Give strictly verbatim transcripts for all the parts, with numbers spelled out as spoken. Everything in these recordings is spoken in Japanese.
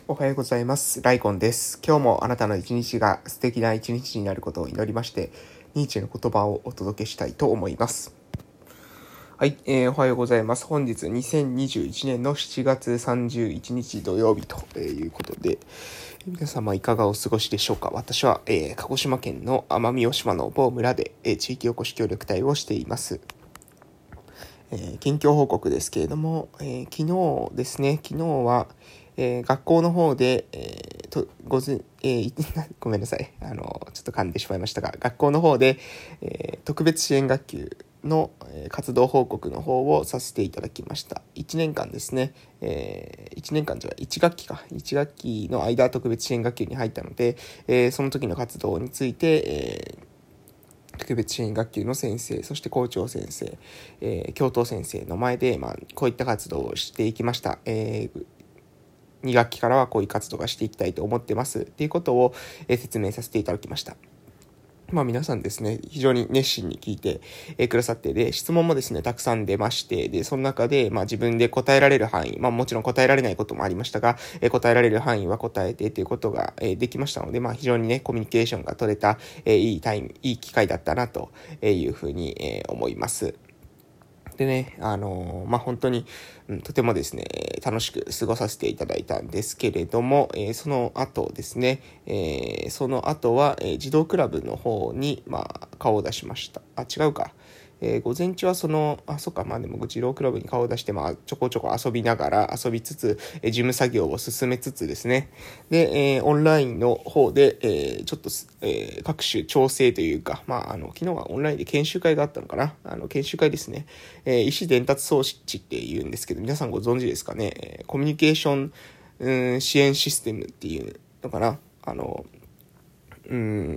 おはようございます。ライコンです。今日もあなたの一日が素敵な一日になることを祈りまして、ニーチェの言葉をお届けしたいと思います。はい、えー、おはようございます。本日にせんにじゅういちねんのしちがつさんじゅういちにち土曜日ということで、皆様いかがお過ごしでしょうか。私は、えー、鹿児島県の奄美大島の某村で、えー、地域おこし協力隊をしています。えー、近況報告ですけれども、えー、昨日ですね、昨日は、えー、学校の方で、えー、と午前、えー、ごめんなさい、あのちょっと噛んでしまいましたが、学校の方で、えー、特別支援学級の、えー、活動報告の方をさせていただきました。いちねんかんですね、えー、いちねんかんじゃいちがっきか、いちがっきの間特別支援学級に入ったので、えー、その時の活動について、えー特別支援学級の先生、そして校長先生、えー、教頭先生の前で、まあ、こういった活動をしていきました。えー、にがっきからはこういう活動がしていきたいと思ってますっていうことを、えー、説明させていただきました。まあ皆さんですね、非常に熱心に聞いて、えー、くださって、で、質問もですね、たくさん出まして、で、その中で、まあ自分で答えられる範囲、まあもちろん答えられないこともありましたが、えー、答えられる範囲は答えてということが、えー、できましたので、まあ非常にね、コミュニケーションが取れた、えー、いいタイム、いい機会だったなというふうに、えー、思います。でね、あのー、まあ、本当に、うん、とてもですね、楽しく過ごさせていただいたんですけれども、えー、その後ですね、えー、その後は、えー、児童クラブの方に、まあ、顔を出しました。あ、違うか。えー、午前中はその、あ、そっか、まあでも、児童クラブに顔を出して、まあ、ちょこちょこ遊びながら、遊びつつ、えー、事務作業を進めつつですね。で、えー、オンラインの方で、えー、ちょっと、えー、各種調整というか、まあ、あの、昨日はオンラインで研修会があったのかな。あの、研修会ですね。えー、意思伝達装置って言うんですけど、皆さんご存知ですかね。えー、コミュニケーション、うん、支援システムっていうのかな。あの、うん、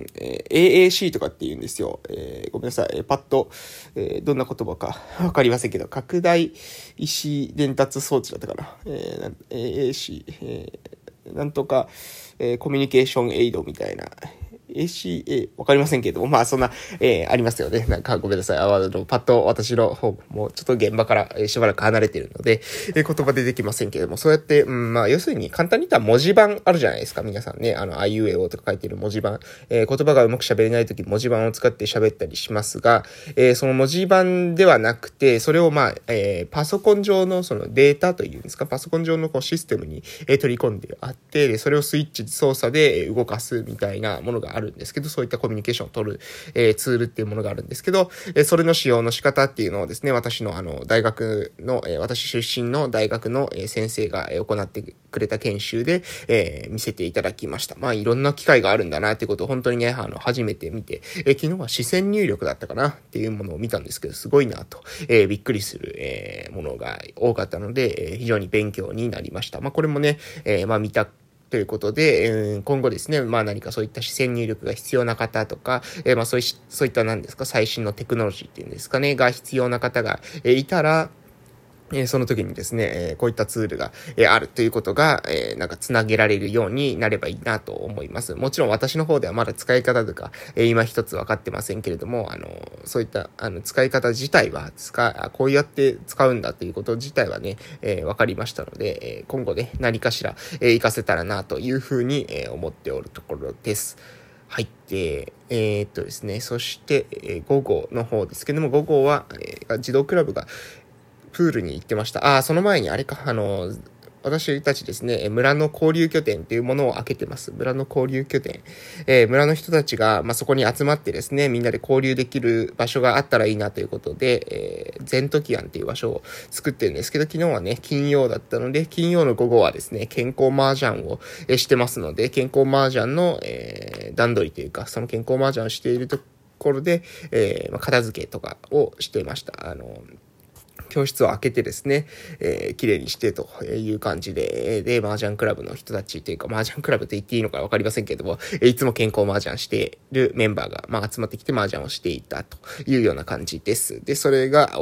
えー、エーエーシー とかって言うんですよ。えー、ごめんなさい。パッと、えー、どんな言葉かわかりませんけど、拡大意思伝達装置だったかな。えー、エーエーシー、えー、なんとか、えー、コミュニケーションエイドみたいな。エーシーエー、わかりませんけども、まあそんな、えー、ありますよね。なんかごめんなさい。あの、パッと私の方もちょっと現場からしばらく離れているので、えー、言葉でできませんけども、そうやって、うん、まあ要するに簡単に言ったら文字盤あるじゃないですか。皆さんね、あの、あいうえおとか書いてる文字盤。えー、言葉がうまく喋れないとき文字盤を使って喋ったりしますが、えー、その文字盤ではなくて、それをまあ、えー、パソコン上のそのデータというんですか、パソコン上のこうシステムに、えー、取り込んであって、で、それをスイッチ操作で動かすみたいなものがあるんですけど、そういったコミュニケーションを取る、えー、ツールっていうものがあるんですけど、えー、それの使用の仕方っていうのをですね、私のあの、大学の、えー、私出身の大学の、えー、先生が、えー、行ってくれた研修で、えー、見せていただきました。まあ、いろんな機会があるんだなっていうことを本当にね、あの、初めて見て、えー、昨日は視線入力だったかなっていうものを見たんですけど、すごいなと、えー、びっくりする、えー、ものが多かったので、えー、非常に勉強になりました。まあ、これもね、えー、まあ、見たということで、えー、今後ですね、まあ何かそういった視線入力が必要な方とか、えー、まあそういそういった何ですか、最新のテクノロジーっていうんですかね、が必要な方が、えー、いたら、えー、その時にですね、えー、こういったツールが、えー、あるということが、えー、なんかつなげられるようになればいいなと思います。もちろん私の方ではまだ使い方とか、えー、今一つ分かってませんけれども、あの、そういった、あの、使い方自体は、使、こうやって使うんだということ自体はね、えー、分かりましたので、えー、今後ね、何かしら、えー、活かせたらなというふうに、えー、思っておるところです。はい。で、えー、っとですね、そして、えー、午後の方ですけども、午後は、えー、児童クラブが、プールに行ってました。ああ、その前にあれか、あの、私たちですね、村の交流拠点っていうものを開けてます。村の交流拠点。えー、村の人たちが、まあ、そこに集まってですね、みんなで交流できる場所があったらいいなということで、えー、ゼントキアンっていう場所を作ってるんですけど、昨日はね、金曜だったので、金曜の午後はですね、健康麻雀を、えー、してますので、健康麻雀の、えー、段取りというか、その健康麻雀をしているところで、えーまあ、片付けとかをしていました。あの、教室を開けてですね、えー、綺麗にしてという感じで、で、麻雀クラブの人たちというか、麻雀クラブと言っていいのかわかりませんけれども、いつも健康麻雀しているメンバーが、まあ、集まってきて麻雀をしていたというような感じです。で、それが終わって、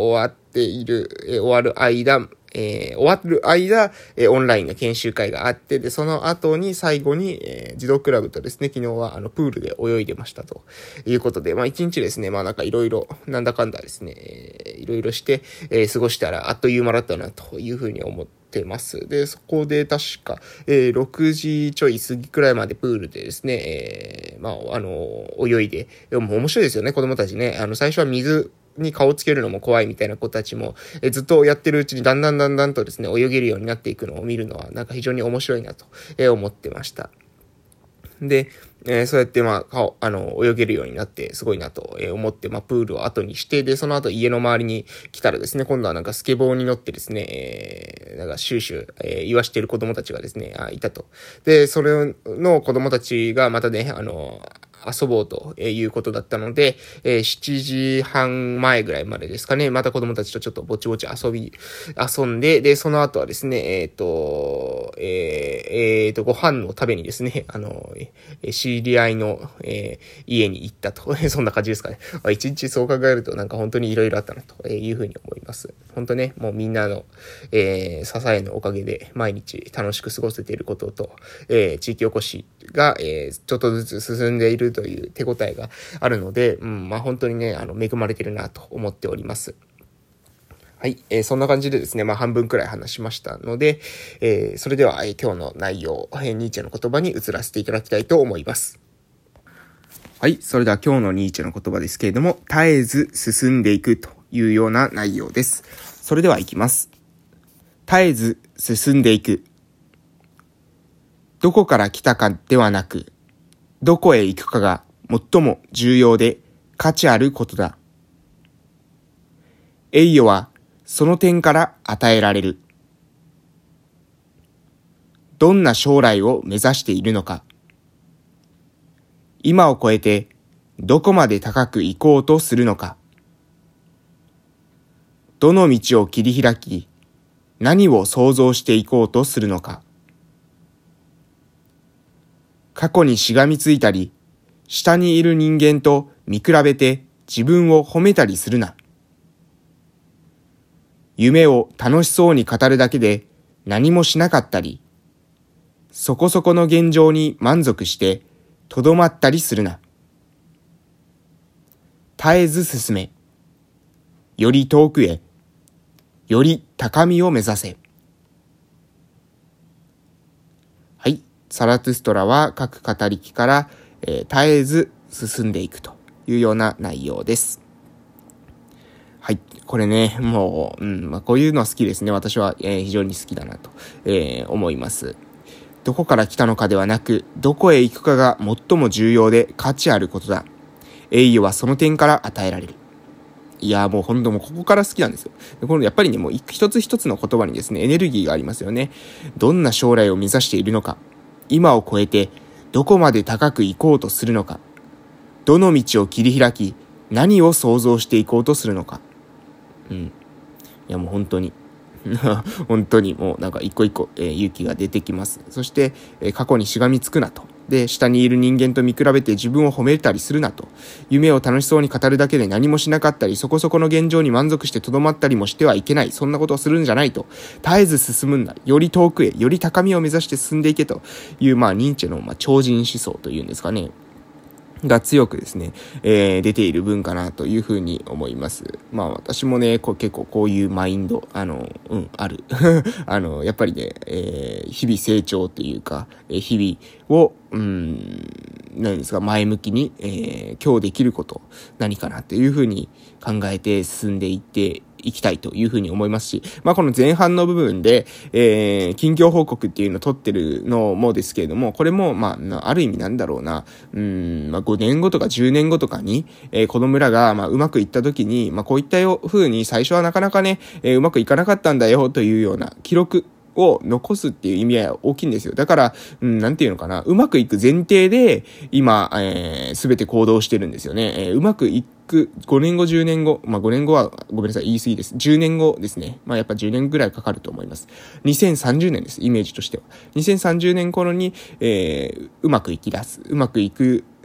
っている、えー、終わる間、えー、終わる間、えー、オンラインの研修会があって、で、その後に最後に、えー、児童クラブとですね、昨日はあの、プールで泳いでましたということで、まあ一日ですね、まあなんかいろいろ、なんだかんだですね、えー、いろいろして、えー、過ごしたらあっという間だったなというふうに思って、てます。で、そこで確か、えー、ろくじちょい過ぎくらいまでプールでですね、えー、まあ、あの、泳いで、でも面白いですよね、子供たちね。あの、最初は水に顔つけるのも怖いみたいな子たちも、えー、ずっとやってるうちにだんだんだんだんとですね、泳げるようになっていくのを見るのは、なんか非常に面白いなと、えー、思ってました。で、えー、そうやって、まあ、顔、あの、泳げるようになって、すごいなと思って、まあ、プールを後にして、で、その後家の周りに来たらですね、今度はなんかスケボーに乗ってですね、えー、なんかシューシュー、えー、言わしている子供たちがですね、あ、いたと。で、それの子供たちがまたね、あの、遊ぼうということだったので、えー、しちじはん前ぐらいまでですかね、また子供たちとちょっとぼちぼち遊び、遊んで、で、その後はですね、えっ、ー、と、えー、えー、と、ご飯を食べにですね、あの、知り合いの、えー、家に行ったと。そんな感じですかね。一日そう考えるとなんか本当に色々あったなというふうに思います。本当ね、もうみんなの、えー、支えのおかげで毎日楽しく過ごせていることと、えー、地域おこしが、えー、ちょっとずつ進んでいるという手応えがあるので、うん、まあ本当にね、あの、恵まれてるなと思っております。はい、えー、そんな感じでですね、まあ半分くらい話しましたので、えー、それでは、えー、今日の内容、えー、ニーチェの言葉に移らせていただきたいと思います。はい、それでは今日のニーチェの言葉ですけれども、絶えず進んでいくというような内容です。それでは行きます。絶えず進んでいく。どこから来たかではなく、どこへ行くかが最も重要で価値あることだ。栄誉はその点から与えられる。どんな将来を目指しているのか。今を超えてどこまで高く行こうとするのか。どの道を切り開き、何を想像していこうとするのか。過去にしがみついたり、下にいる人間と見比べて自分を褒めたりするな。夢を楽しそうに語るだけで何もしなかったり、そこそこの現状に満足してとどまったりするな。絶えず進め。より遠くへ、より高みを目指せ。はい。サラトゥストラは各語り機から、えー、絶えず進んでいくというような内容です。はい。これね、もう、うん、まあ、こういうのは好きですね。私は、えー、非常に好きだなと、えー、思います。どこから来たのかではなく、どこへ行くかが最も重要で価値あることだ。栄誉はその点から与えられる。いやもう本当もうここから好きなんですよ。このやっぱりね、もう一つ一つの言葉にですね、エネルギーがありますよね。どんな将来を目指しているのか。今を超えてどこまで高く行こうとするのか。どの道を切り開き、何を想像していこうとするのか。うん。いやもう本当に。本当にもうなんか一個一個、えー、勇気が出てきます。そして、えー、過去にしがみつくなと。で、下にいる人間と見比べて自分を褒めたりするなと。夢を楽しそうに語るだけで何もしなかったり、そこそこの現状に満足してとどまったりもしてはいけない。そんなことをするんじゃないと。絶えず進むんだ。より遠くへ、より高みを目指して進んでいけという、まあ、ニーチェの、まあ、超人思想というんですかね。が強くですね、えー、出ている文かなというふうに思います。まあ私もね、こう結構こういうマインド、あの、うん、ある。あの、やっぱりね、えー、日々成長っていうか、えー、日々を、うん、何ですか、前向きに、えー、今日できること、何かなっていうふうに考えて進んでいっていきたいというふうに思いますし、まあこの前半の部分で、えー、近況報告っていうのを取ってるのもですけれども、これも、まあ、ある意味なんだろうな、うん、まあごねんごとかじゅうねんごとかに、えー、この村が、まあうまくいった時に、まあこういったよ風に最初はなかなかね、えー、うまくいかなかったんだよというような記録、を残すっていう意味合いは大きいんですよ。だから、うん、なんていうのかな。うまくいく前提で、今、えー、すべて行動してるんですよね。えー、うまくいく、ごねんご、じゅうねんご、まあ、ごねんごは、ごめんなさい、言い過ぎです。じゅうねんごですね。まあ、やっぱじゅうねんぐらいかかると思います。にせんさんじゅうねんです。イメージとしては。にせんさんじゅうねん頃に、えー、うまくいき出す。うまくいく、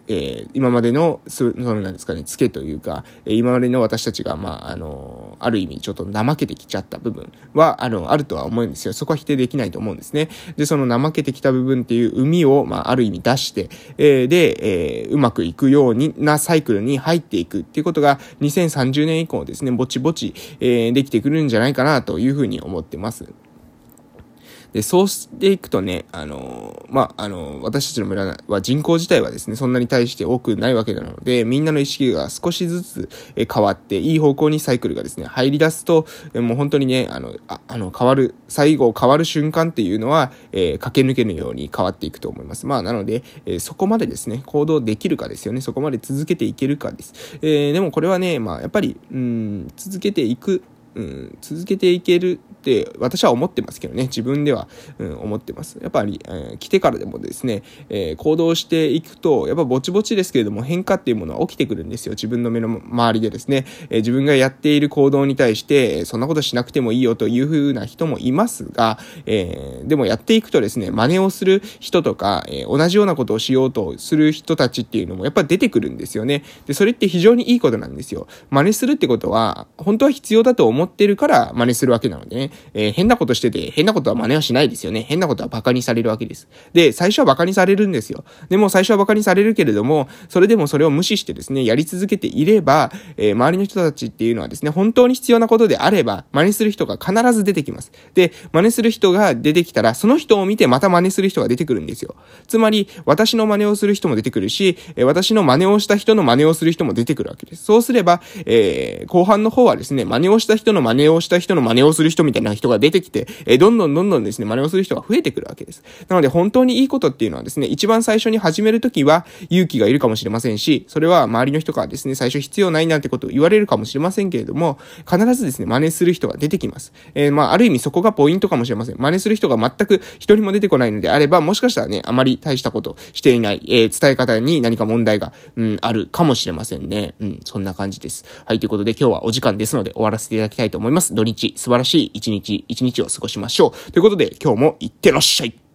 えー、今までの、そのなんですかね、ツケというか、今までの私たちが、まあ、あの、ある意味ちょっと怠けてきちゃった部分は、あの、あるとは思うんですよ。そこは否定できないと思うんですね。で、その怠けてきた部分っていう海を、まあ、ある意味出して、えー、で、えー、うまくいくようになサイクルに入っていくっていうことが、にせんさんじゅうねん以降ですね、ぼちぼち、えー、できてくるんじゃないかなというふうに思ってます。で、そうしていくとね、あの、まあ、あの、私たちの村は人口自体はですね、そんなに対して多くないわけなので、みんなの意識が少しずつ変わって、いい方向にサイクルがですね、入り出すと、もう本当にね、あの、ああの、変わる、最後変わる瞬間っていうのは、えー、駆け抜けるように変わっていくと思います。まあ、なので、えー、そこまでですね、行動できるかですよね。そこまで続けていけるかです。えー、でもこれはね、まあ、やっぱり、うん、続けていく、うん、続けていけるって私は思ってますけどね、自分では、うん、思ってます。やっぱり、えー、来てからでもですね、えー、行動していくとやっぱぼちぼちですけれども変化っていうものは起きてくるんですよ。自分の目の周りでですね、えー、自分がやっている行動に対してそんなことしなくてもいいよという風な人もいますが、えー、でもやっていくとですね、真似をする人とか、えー、同じようなことをしようとする人たちっていうのもやっぱ出てくるんですよね。で、それって非常にいいことなんですよ。真似するってことは本当は必要だと思っているから真似するわけなのでね、えー、変なことしてて変なことは真似はしないですよね。変なことはバカにされるわけです。で、最初はバカにされるんですよ。でも最初はバカにされるけれども、それでもそれを無視してですね、やり続けていれば、えー、周りの人たちっていうのはですね、本当に必要なことであれば真似する人が必ず出てきます。で、真似する人が出てきたら、その人を見てまた真似する人が出てくるんですよ。つまり、私の真似をする人も出てくるし、えー、私の真似をした人の真似をする人も出てくるわけです。そうすれば、えー、後半の方はですね、真似をした人の真似をした人の真似をする人みたいな人が出てきて、えー、どんどんどんどんですね、真似をする人が増えてくるわけです。なので本当にいいことっていうのはですね、一番最初に始めるときは勇気がいるかもしれませんし、それは周りの人からですね、最初必要ないなんてことを言われるかもしれませんけれども、必ずですね、真似する人が出てきます。えー、まあ、ある意味そこがポイントかもしれません。真似する人が全く一人も出てこないのであれば、もしかしたらね、あまり大したことしていない、えー、伝え方に何か問題が、うん、あるかもしれませんね。うん、そんな感じです。はい、ということで今日はお時間ですので終わらせていただきたいと思います。土日、素晴らしい一日、一日を過ごしましょう。ということで、今日もいってらっしゃい。